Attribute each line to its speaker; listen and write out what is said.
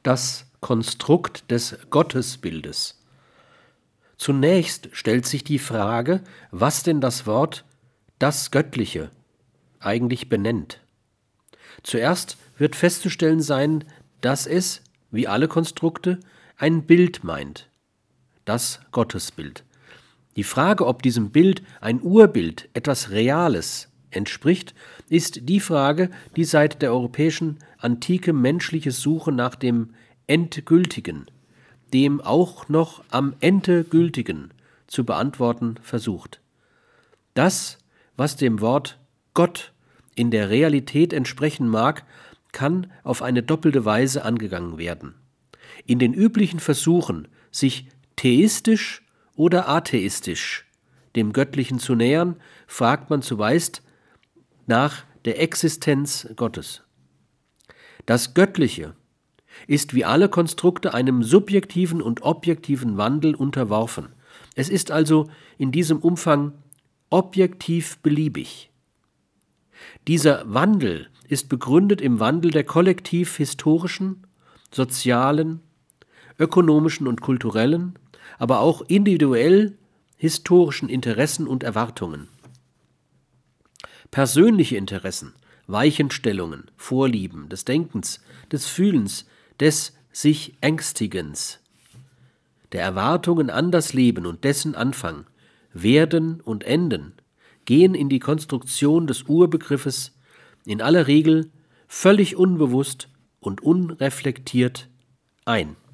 Speaker 1: Das Konstrukt des Gottesbildes. Zunächst stellt sich die Frage, was denn das Wort das Göttliche eigentlich benennt. Zuerst wird festzustellen sein, dass es, wie alle Konstrukte, ein Bild meint, das Gottesbild. Die Frage, ob diesem Bild ein Urbild, etwas Reales, entspricht, ist die Frage, die seit der europäischen Antike menschliche Suche nach dem Endgültigen, dem auch noch am Ende Gültigen zu beantworten versucht. Das, was dem Wort Gott in der Realität entsprechen mag, kann auf eine doppelte Weise angegangen werden. In den üblichen Versuchen, sich theistisch oder atheistisch dem Göttlichen zu nähern, fragt man zumeist nach der Existenz Gottes. Das Göttliche ist wie alle Konstrukte einem subjektiven und objektiven Wandel unterworfen. Es ist also in diesem Umfang objektiv beliebig. Dieser Wandel ist begründet im Wandel der kollektiv-historischen, sozialen, ökonomischen und kulturellen, aber auch individuell historischen Interessen und Erwartungen. Persönliche Interessen, Weichenstellungen, Vorlieben, des Denkens, des Fühlens, des sich Ängstigens, der Erwartungen an das Leben und dessen Anfang, Werden und Enden, gehen in die Konstruktion des Urbegriffes in aller Regel völlig unbewusst und unreflektiert ein.